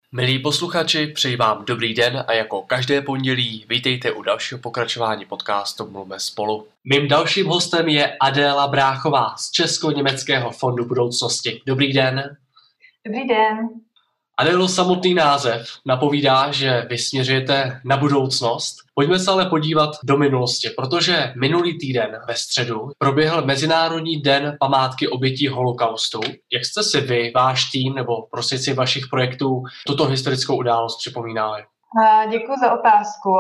Milí posluchači, přeji vám dobrý den a jako každé pondělí vítejte u dalšího pokračování podcastu Mluvme spolu. Mým dalším hostem je Adéla Bráchová z Česko-německého fondu budoucnosti. Dobrý den. Dobrý den. Adélo, samotný název napovídá, že vy směřujete na budoucnost. Pojďme se ale podívat do minulosti, protože minulý týden ve středu proběhl Mezinárodní den památky obětí holokaustu. Jak jste si vy, váš tým nebo prostřednictvím vašich projektů tuto historickou událost připomínali? Děkuji za otázku.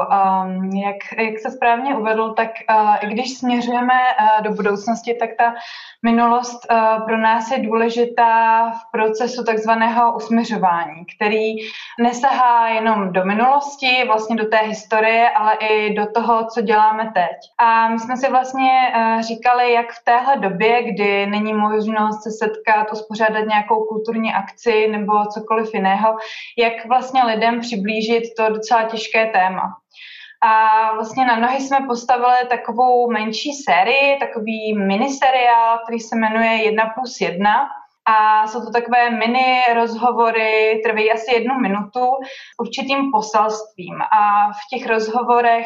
Jak se správně uvedl, tak i když směřujeme do budoucnosti, tak ta minulost pro nás je důležitá v procesu takzvaného usměřování, který nesahá jenom do minulosti, vlastně do té historie, ale i do toho, co děláme teď. A my jsme si vlastně říkali, jak v téhle době, kdy není možnost se setkat, uspořádat nějakou kulturní akci nebo cokoliv jiného, jak vlastně lidem přiblížit to docela těžké téma. A vlastně na nohy jsme postavili takovou menší sérii, takový miniseriál, který se jmenuje 1+1. A jsou to takové mini rozhovory, trvají asi 1 minutu s určitým poselstvím. A v těch rozhovorech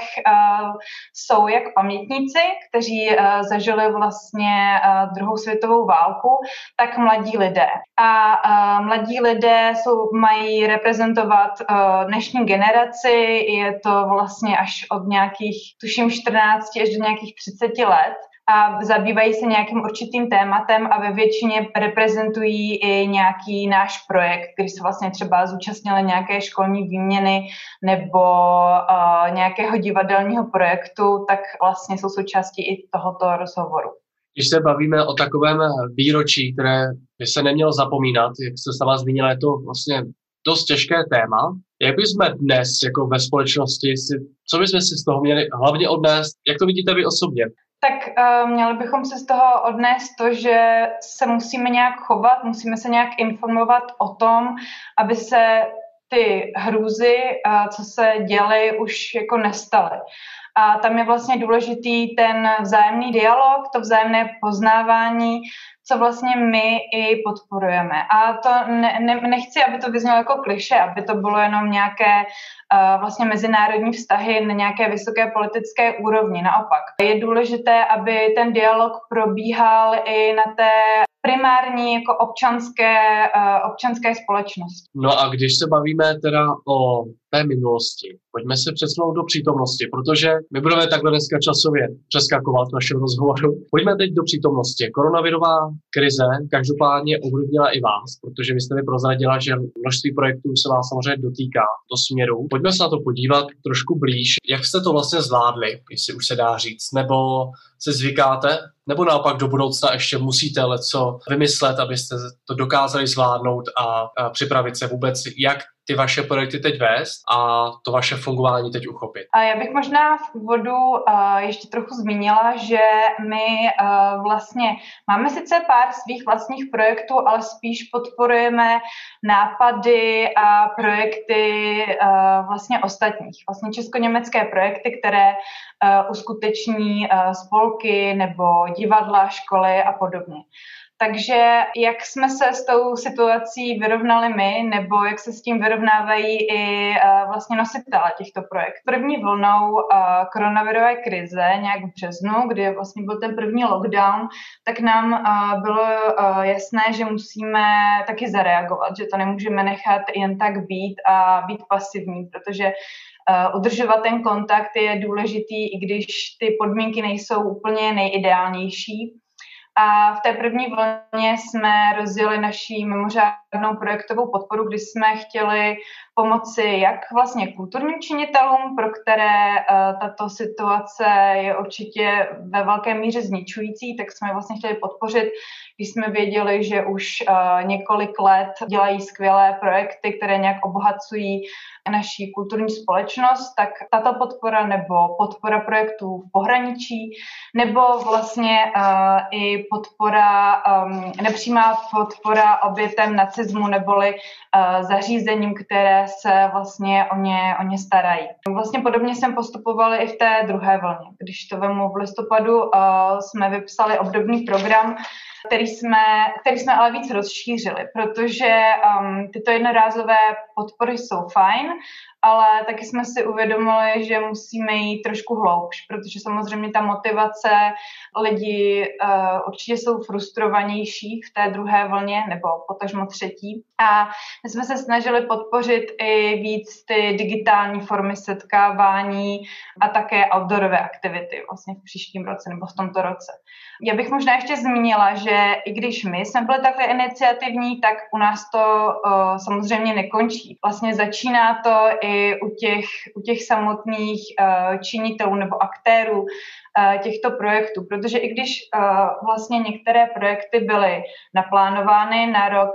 jsou jak pamětníci, kteří zažili vlastně druhou světovou válku, tak mladí lidé. A mladí lidé mají reprezentovat dnešní generaci, je to vlastně až od nějakých, tuším 14 až do nějakých 30 let. A zabývají se nějakým určitým tématem a ve většině reprezentují i nějaký náš projekt, kdy se vlastně třeba zúčastnili nějaké školní výměny nebo nějakého divadelního projektu, tak vlastně jsou součástí i tohoto rozhovoru. Když se bavíme o takovém výročí, které by se nemělo zapomínat, jak jste sama zmínila, je to vlastně dost těžké téma. Jak bychom dnes jako ve společnosti, co bychom si z toho měli hlavně odnést, jak to vidíte vy osobně? Tak měli bychom se z toho odnést to, že se musíme nějak chovat, musíme se nějak informovat o tom, aby se ty hrůzy, co se děly, už jako nestaly. A tam je vlastně důležitý ten vzájemný dialog, to vzájemné poznávání, co vlastně my i podporujeme. A to nechci, aby to vyznělo jako klišé, aby to bylo jenom nějaké vlastně mezinárodní vztahy na nějaké vysoké politické úrovni. Naopak, je důležité, aby ten dialog probíhal i na té primární jako občanské společnosti. No a když se bavíme teda o té minulosti, pojďme se přesunout do přítomnosti, protože my budeme takhle dneska časově přeskakovat v našem rozhovoru. Pojďme teď do přítomnosti. Koronavirová krize každopádně ovlivnila i vás, protože vy jste mi prozradila, že množství projektů se vás samozřejmě dotýká do směru. Pojďme se na to podívat trošku blíž. Jak jste to vlastně zvládli, jestli už se dá říct, nebo se zvykáte, nebo naopak do budoucna ještě musíte leco vymyslet, abyste to dokázali zvládnout a připravit se vůbec, jak ty vaše projekty teď vést a to vaše fungování teď uchopit. A já bych možná v úvodu ještě trochu zmínila, že my vlastně máme sice pár svých vlastních projektů, ale spíš podporujeme nápady a projekty vlastně ostatních. Vlastně česko-německé projekty, které uskuteční spolky nebo divadla, školy a podobně. Takže jak jsme se s tou situací vyrovnali my, nebo jak se s tím vyrovnávají i vlastně nositelé těchto projektů. První vlnou koronavirové krize, nějak v březnu, kdy vlastně byl ten první lockdown, tak nám bylo jasné, že musíme taky zareagovat, že to nemůžeme nechat jen tak být a být pasivní, protože udržovat ten kontakt je důležitý, i když ty podmínky nejsou úplně nejideálnější. A v té první vlně jsme rozjeli naší mimořádnou projektovou podporu, kdy jsme chtěli pomoci jak vlastně kulturním činitelům, pro které tato situace je určitě ve velké míře zničující, tak jsme vlastně chtěli podpořit, když jsme věděli, že už několik let dělají skvělé projekty, které nějak obohacují naší kulturní společnost, tak tato podpora nebo podpora projektů v pohraničí, nebo vlastně i podpora, nepřímá podpora obětem nacismu neboli zařízením, které se vlastně o ně starají. Vlastně podobně jsem postupovali i v té druhé vlně. Když to vemu v listopadu, jsme vypsali obdobný program, který jsme ale víc rozšířili, protože tyto jednorázové podpory jsou fajn, ale taky jsme si uvědomili, že musíme jít trošku hloubš, protože samozřejmě ta motivace lidí určitě jsou frustrovanější v té druhé vlně nebo potažmo třetí. A my jsme se snažili podpořit i víc ty digitální formy setkávání a také outdoorové aktivity vlastně v příštím roce nebo v tomto roce. Já bych možná ještě zmínila, že i když my jsme byli takhle iniciativní, tak u nás to samozřejmě nekončí. Vlastně začíná to i u těch samotných činitelů nebo aktérů těchto projektů, protože i když vlastně některé projekty byly naplánovány na rok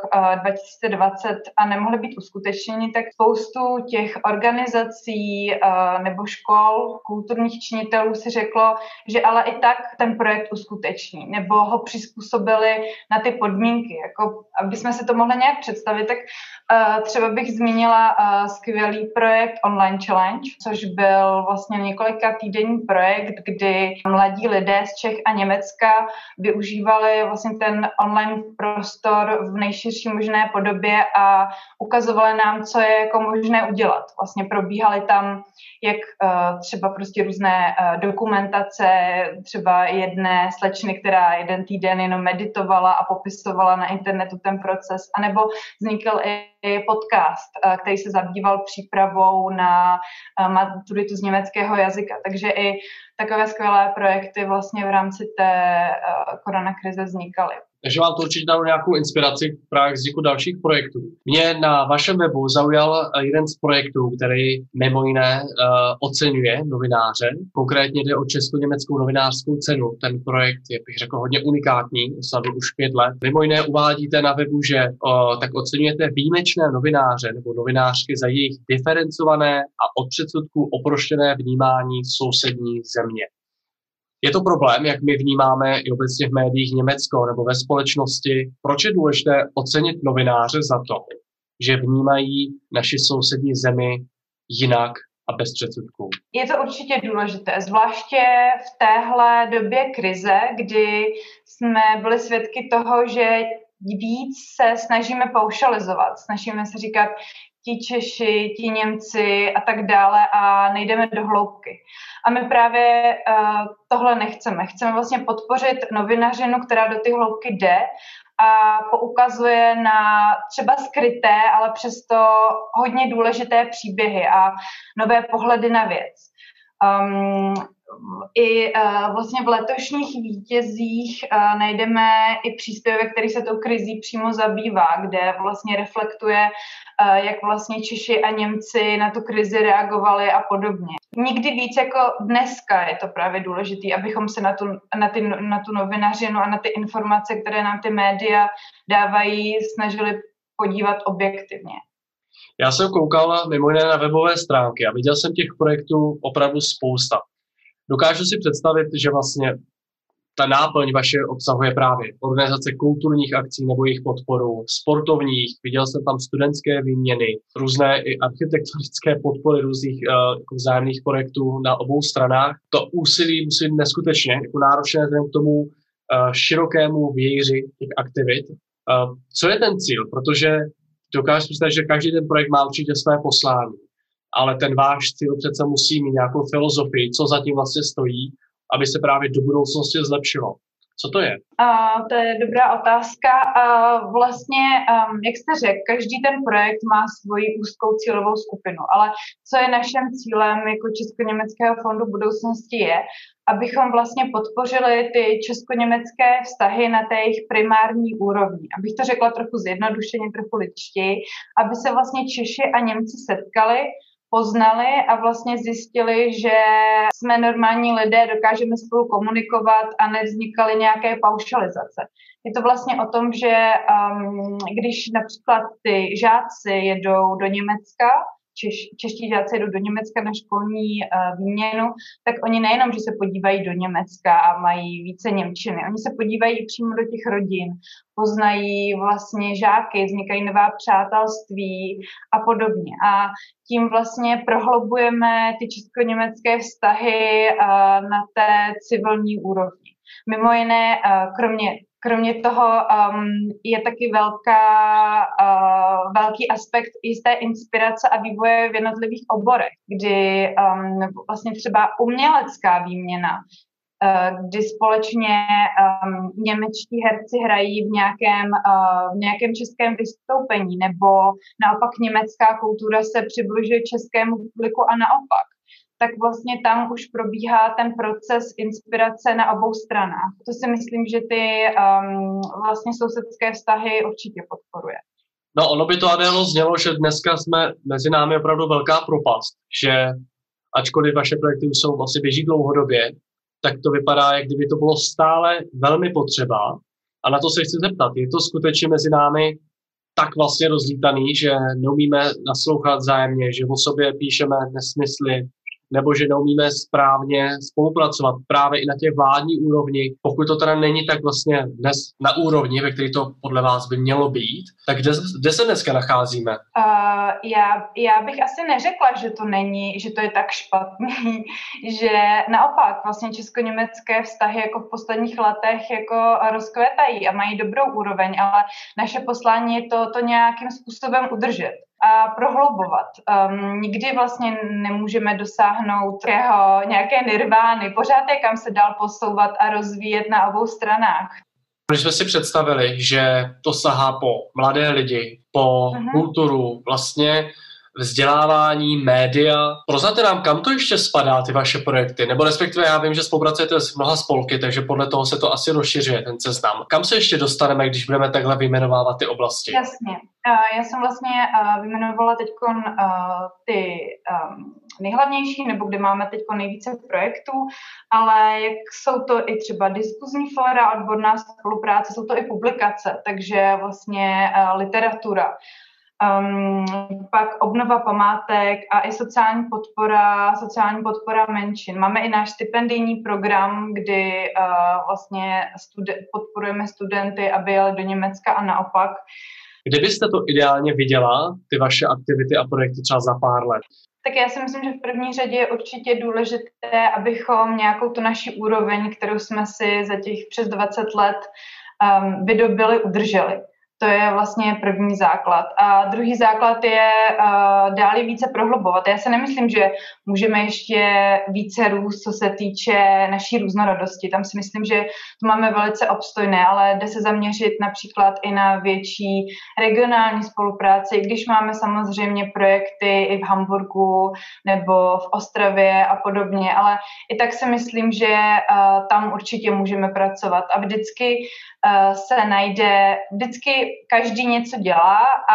2020 a nemohly být uskutečněny, tak spoustu těch organizací nebo škol, kulturních činitelů si řeklo, že ale i tak ten projekt uskuteční, nebo ho přizpůsobili na ty podmínky. Jako, aby jsme si to mohli nějak představit, tak třeba bych zmínila skvělý projekt Online Challenge, což byl vlastně několika týdenní projekt, kdy mladí lidé z Čech a Německa využívali vlastně ten online prostor v nejširší možné podobě a ukazovali nám, co je jako možné udělat. Vlastně probíhaly tam jak třeba prostě různé dokumentace, třeba jedné slečny, která jeden týden jenom meditovala a popisovala na internetu ten proces, anebo vznikl i podcast, který se zabýval přípravou na maturitu z německého jazyka. Takže i takové skvělé projekty vlastně v rámci té koronakrize vznikaly. Takže vám to určitě dalo nějakou inspiraci právě k vzniku dalších projektů. Mě na vašem webu zaujal jeden z projektů, který mimo jiné oceňuje novináře. Konkrétně jde o Česko-německou novinářskou cenu. Ten projekt je, bych řekl, hodně unikátní, oslavil už 5 let. Mimo jiné uvádíte na webu, že tak oceňujete výjimečné novináře nebo novinářky za jejich diferencované a od předsudků oproštěné vnímání sousední země. Je to problém, jak my vnímáme i obecně v médiích Německo nebo ve společnosti? Proč je důležité ocenit novináře za to, že vnímají naši sousední zemi jinak a bez předsudků? Je to určitě důležité, zvláště v téhle době krize, kdy jsme byli svědky toho, že víc se snažíme paušalizovat, snažíme se říkat, ti Češi, ti Němci a tak dále a nejdeme do hloubky. A my právě tohle nechceme. Chceme vlastně podpořit novinařinu, která do té hloubky jde a poukazuje na třeba skryté, ale přesto hodně důležité příběhy a nové pohledy na věc. I vlastně v letošních vítězích najdeme i příspěvek, který se tou krizí přímo zabývá, kde vlastně reflektuje, jak vlastně Češi a Němci na tu krizi reagovali a podobně. Nikdy víc jako dneska je to právě důležité, abychom se na tu novinařinu a na ty informace, které nám ty média dávají, snažili podívat objektivně. Já jsem koukal mimo jiné na webové stránky a viděl jsem těch projektů opravdu spousta. Dokážu si představit, že vlastně ta náplň vaše obsahuje právě organizace kulturních akcí nebo jejich podporu, sportovních, viděl jsem tam studentské výměny, různé i architektonické podpory různých jako vzájemných projektů na obou stranách. To úsilí musí být neskutečně jako náročné k tomu širokému vějíři těch aktivit. Co je ten cíl? Protože dokážu si představit, že každý ten projekt má určitě své poslání. Ale ten váš cíl přece musí mít nějakou filozofii, co zatím vlastně stojí, aby se právě do budoucnosti zlepšilo. Co to je? To je dobrá otázka. Vlastně, jak jste řekl, každý ten projekt má svoji úzkou cílovou skupinu, ale co je naším cílem jako Česko-německého fondu budoucnosti je, abychom vlastně podpořili ty česko-německé vztahy na té jejich primární úrovni. Abych to řekla trochu zjednodušeně, trochu lidštěji, aby se vlastně Češi a Němci setkali, poznali a vlastně zjistili, že jsme normální lidé, dokážeme spolu komunikovat a nevznikaly nějaké paušalizace. Je to vlastně o tom, že když například ty žáci jedou do Německa, čeští žáci jedou do Německa na školní výměnu, tak oni nejenom, že se podívají do Německa a mají více němčiny, oni se podívají i přímo do těch rodin, poznají vlastně žáky, vznikají nová přátelství a podobně. A tím vlastně prohlubujeme ty česko-německé vztahy na té civilní úrovni. Mimo jiné, kromě Kromě toho je taky velký aspekt jisté inspirace a vývoje v jednotlivých oborech, kdy vlastně třeba umělecká výměna, kdy společně němečtí herci hrají v nějakém českém vystoupení, nebo naopak německá kultura se přibližuje českému publiku a naopak. Tak vlastně tam už probíhá ten proces inspirace na obou stranách. To si myslím, že ty vlastně sousedské vztahy určitě podporuje. No, ono by to, Adélo, znělo, že dneska jsme mezi námi opravdu velká propast, že ačkoliv vaše projekty už jsou vlastně běží dlouhodobě, tak to vypadá, jak kdyby to bylo stále velmi potřeba. A na to se chci zeptat, je to skutečně mezi námi tak vlastně rozlítaný, že neumíme naslouchat vzájemně, že o sobě píšeme nesmysly, nebo že neumíme správně spolupracovat právě i na těch vládní úrovni. Pokud to teda není tak vlastně dnes na úrovni, ve které to podle vás by mělo být, tak kde se dneska nacházíme? Já bych asi neřekla, že to není, že to je tak špatný, že naopak vlastně česko-německé vztahy jako v posledních letech jako rozkvétají a mají dobrou úroveň, ale naše poslání je to nějakým způsobem udržet a prohlubovat. Nikdy vlastně nemůžeme dosáhnout nějaké nirvány. Pořád je kam se dál posouvat a rozvíjet na obou stranách. Když jsme si představili, že to sahá po mladé lidi, po kulturu, vlastně vzdělávání, média. Proznáte nám, kam to ještě spadá, ty vaše projekty? Nebo respektive já vím, že spolupracujete s mnoha spolky, takže podle toho se to asi rozšiřuje, ten seznam. Kam se ještě dostaneme, když budeme takhle vyjmenovávat ty oblasti? Jasně. Já jsem vlastně vyjmenovala teď ty nejhlavnější, nebo kde máme teď nejvíce projektů, ale jak jsou to i třeba diskuzní fóra, odborná spolupráce, jsou to i publikace, takže vlastně literatura. Pak obnova památek a i sociální podpora menšin. Máme i náš stipendijní program, kdy vlastně podporujeme studenty, aby jeli do Německa a naopak. Kde byste to ideálně viděla, ty vaše aktivity a projekty třeba za pár let? Tak já si myslím, že v první řadě je určitě důležité, abychom nějakou tu naši úroveň, kterou jsme si za těch přes 20 let vydobili, udrželi. To je vlastně první základ. A druhý základ je dále více prohlubovat. Já si nemyslím, že můžeme ještě více růst, co se týče naší různorodosti. Tam si myslím, že to máme velice obstojné, ale jde se zaměřit například i na větší regionální spolupráci, i když máme samozřejmě projekty i v Hamburgu nebo v Ostravě a podobně, ale i tak si myslím, že tam určitě můžeme pracovat. A vždycky se najde, vždycky každý něco dělá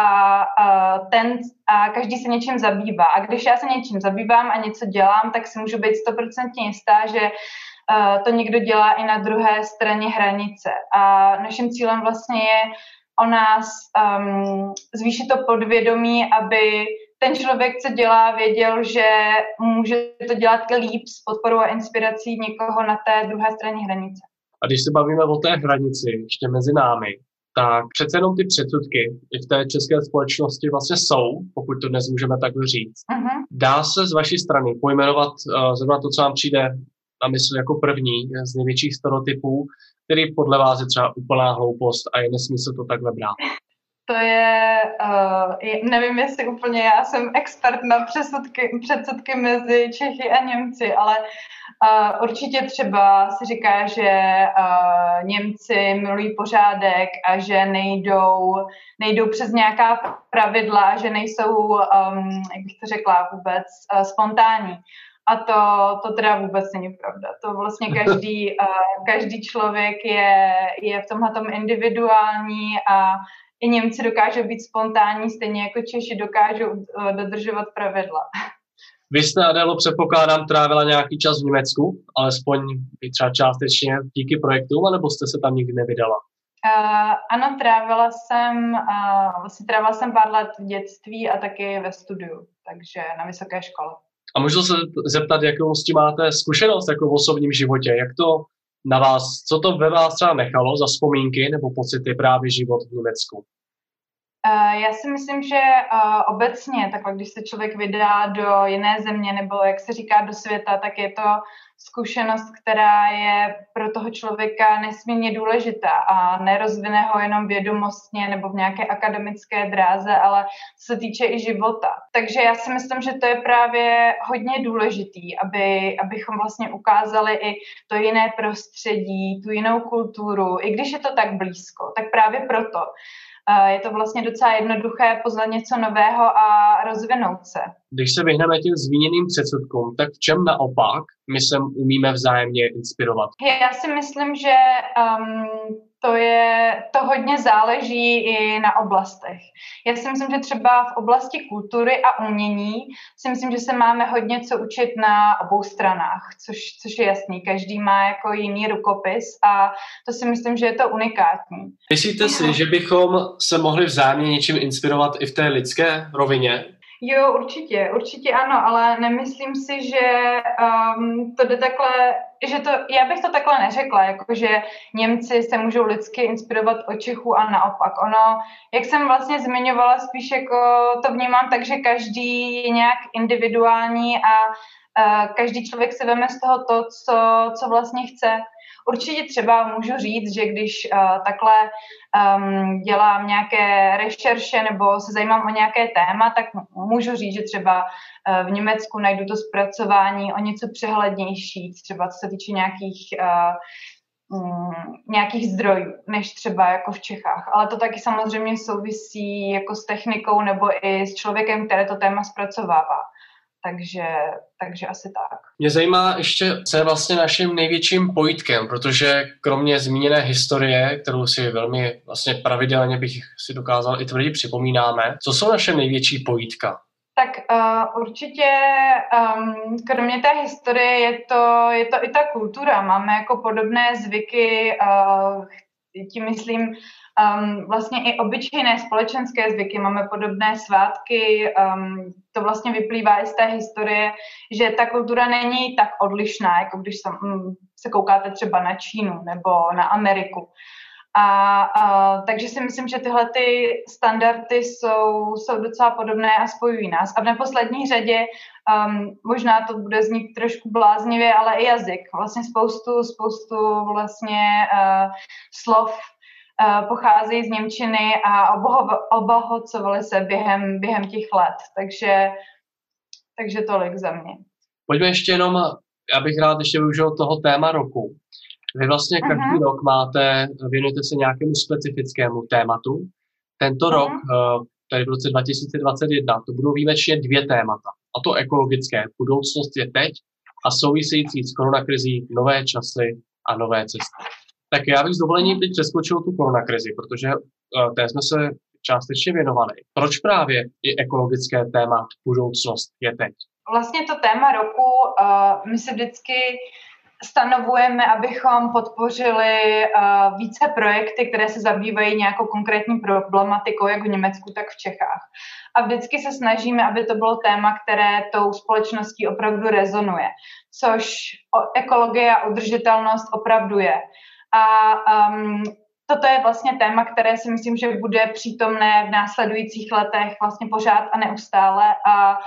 a každý se něčím zabývá. A když já se něčím zabývám a něco dělám, tak si můžu být 100% jistá, že to někdo dělá i na druhé straně hranice. A naším cílem vlastně je o nás zvýšit to podvědomí, aby ten člověk, co dělá, věděl, že může to dělat líp s podporou a inspirací někoho na té druhé straně hranice. A když se bavíme o té hranici ještě mezi námi, tak přece jenom ty předsudky i v té české společnosti vlastně jsou, pokud to dnes můžeme takhle říct. Dá se z vaší strany pojmenovat zrovna to, co vám přijde na mysl jako první z největších stereotypů, který podle vás je třeba úplná hloupost a je nesmysl to takhle brát? To je, nevím jestli úplně já jsem expert na předsudky mezi Čechy a Němci, ale určitě třeba si říká, že Němci milují pořádek a že nejdou přes nějaká pravidla, že nejsou, jak bych to řekla, vůbec spontánní. A to teda vůbec není pravda. To vlastně každý člověk je v tomhletom individuální a i Němci dokážou být spontánní, stejně jako Češi dokážou dodržovat pravidla. Vy jste, Adélo, předpokládám, trávila nějaký čas v Německu, alespoň třeba částečně díky projektům, anebo jste se tam nikdy nevydala? Ano, trávila jsem pár let v dětství a taky ve studiu, takže na vysoké škole. A můžu se zeptat, jakou s tím máte zkušenost jako v osobním životě? Jak to na vás, co to ve vás třeba nechalo za vzpomínky nebo pocity právě život v Německu? Já si myslím, že obecně, takhle, když se člověk vydá do jiné země nebo, jak se říká, do světa, tak je to zkušenost, která je pro toho člověka nesmírně důležitá a nerozvine ho jenom vědomostně nebo v nějaké akademické dráze, ale co se týče i života. Takže já si myslím, že to je právě hodně důležitý, abychom vlastně ukázali i to jiné prostředí, tu jinou kulturu, i když je to tak blízko, tak právě proto. Je to vlastně docela jednoduché poznat něco nového a rozvinout se. Když se vyhneme těm zmíněným předsudkům, tak v čem naopak my se umíme vzájemně inspirovat? Já si myslím, že to hodně záleží i na oblastech. Já si myslím, že třeba v oblasti kultury a umění si myslím, že se máme hodně co učit na obou stranách, což je jasný. Každý má jako jiný rukopis a to si myslím, že je to unikátní. Myslíte si, že bychom se mohli vzájemně něčím inspirovat i v té lidské rovině? Jo, určitě ano, ale nemyslím si, že to jde takhle, já bych to takhle neřekla, jakože Němci se můžou lidsky inspirovat od Čechů a naopak. Ono, jak jsem vlastně zmiňovala, spíš jako to vnímám tak, že každý je nějak individuální a každý člověk se veme z toho to, co vlastně chce. Určitě třeba můžu říct, že když takhle dělám nějaké rešerše nebo se zajímám o nějaké téma, tak můžu říct, že třeba v Německu najdu to zpracování o něco přehlednější, třeba co se týče nějakých zdrojů, než třeba jako v Čechách. Ale to taky samozřejmě souvisí jako s technikou nebo i s člověkem, který to téma zpracovává. Takže asi tak. Mě zajímá ještě, co je vlastně naším největším pojítkem, protože kromě zmíněné historie, kterou si velmi vlastně pravidelně bych si dokázal i tvrdit připomínáme, co jsou naše největší pojítka? Tak určitě kromě té historie je to i ta kultura. Máme jako podobné zvyky, tím myslím vlastně i obyčejné společenské zvyky, máme podobné svátky, to vlastně vyplývá i z té historie, že ta kultura není tak odlišná, jako když se koukáte třeba na Čínu nebo na Ameriku. Takže si myslím, že tyhle ty standardy jsou docela podobné a spojují nás. A v neposlední řadě, možná to bude znít trošku bláznivě, ale i jazyk. Vlastně spoustu vlastně slov pocházejí z němčiny a obohacovaly se během těch let. Takže tolik za mě. Pojďme ještě jenom, já bych rád ještě využil toho téma roku. Vy vlastně každý rok věnujete se nějakému specifickému tématu. Tento rok, tady v roce 2021, to budou výjimečně 2 témata. A to ekologické. Budoucnost je teď a související s koronakrizí nové časy a nové cesty. Tak já bych s dovolením teď přeskočil tu koronakrizi, protože té jsme se částečně věnovali. Proč právě i ekologické téma budoucnost je teď? Vlastně to téma roku, my se vždycky stanovujeme, abychom podpořili více projekty, které se zabývají nějakou konkrétní problematikou, jak v Německu, tak v Čechách. A vždycky se snažíme, aby to bylo téma, které tou společností opravdu rezonuje, což ekologie a udržitelnost opravdu je. A toto je vlastně téma, které si myslím, že bude přítomné v následujících letech vlastně pořád a neustále a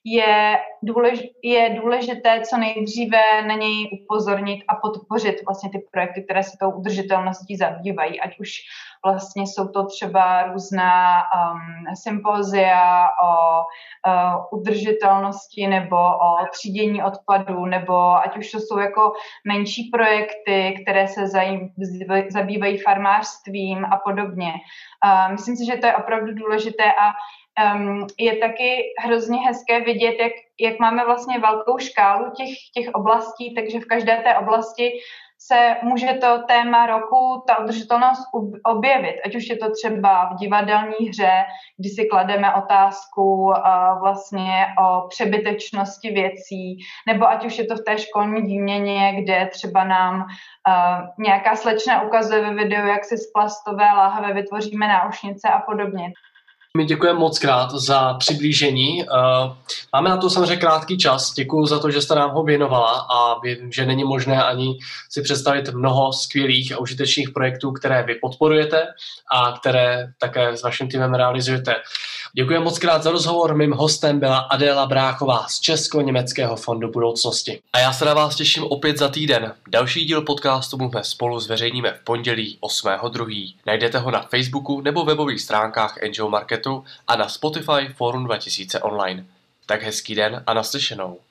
je důležité co nejdříve na něj upozornit a podpořit vlastně ty projekty, které se tou udržitelností zabývají, ať už vlastně jsou to třeba různá sympozia o udržitelnosti nebo o třídění odpadů, nebo ať už to jsou jako menší projekty, které se zabývají farmářstvím a podobně. Myslím si, že to je opravdu důležité a je taky hrozně hezké vidět, jak máme vlastně velkou škálu těch oblastí, takže v každé té oblasti se může to téma roku, ta udržitelnost objevit. Ať už je to třeba v divadelní hře, kdy si klademe otázku vlastně o přebytečnosti věcí, nebo ať už je to v té školní výměně, kde třeba nám nějaká slečna ukazuje ve videu, jak si z plastové láhve vytvoříme náušnice a podobně. My děkujeme moc krát za přiblížení. Máme na to samozřejmě krátký čas. Děkuji za to, že jste nám ho věnovala a vím, že není možné ani si představit mnoho skvělých a užitečných projektů, které vy podporujete a které také s vaším týmem realizujete. Děkuji moc krát za rozhovor. Mým hostem byla Adéla Bráchová z Česko-německého fondu budoucnosti. A já se na vás těším opět za týden. Další díl podcastu Mluvme spolu zveřejníme v pondělí 8.2. Najdete ho na Facebooku nebo webových stránkách Angel Marketu a na Spotify Forum 2000 online. Tak hezký den a naslyšenou.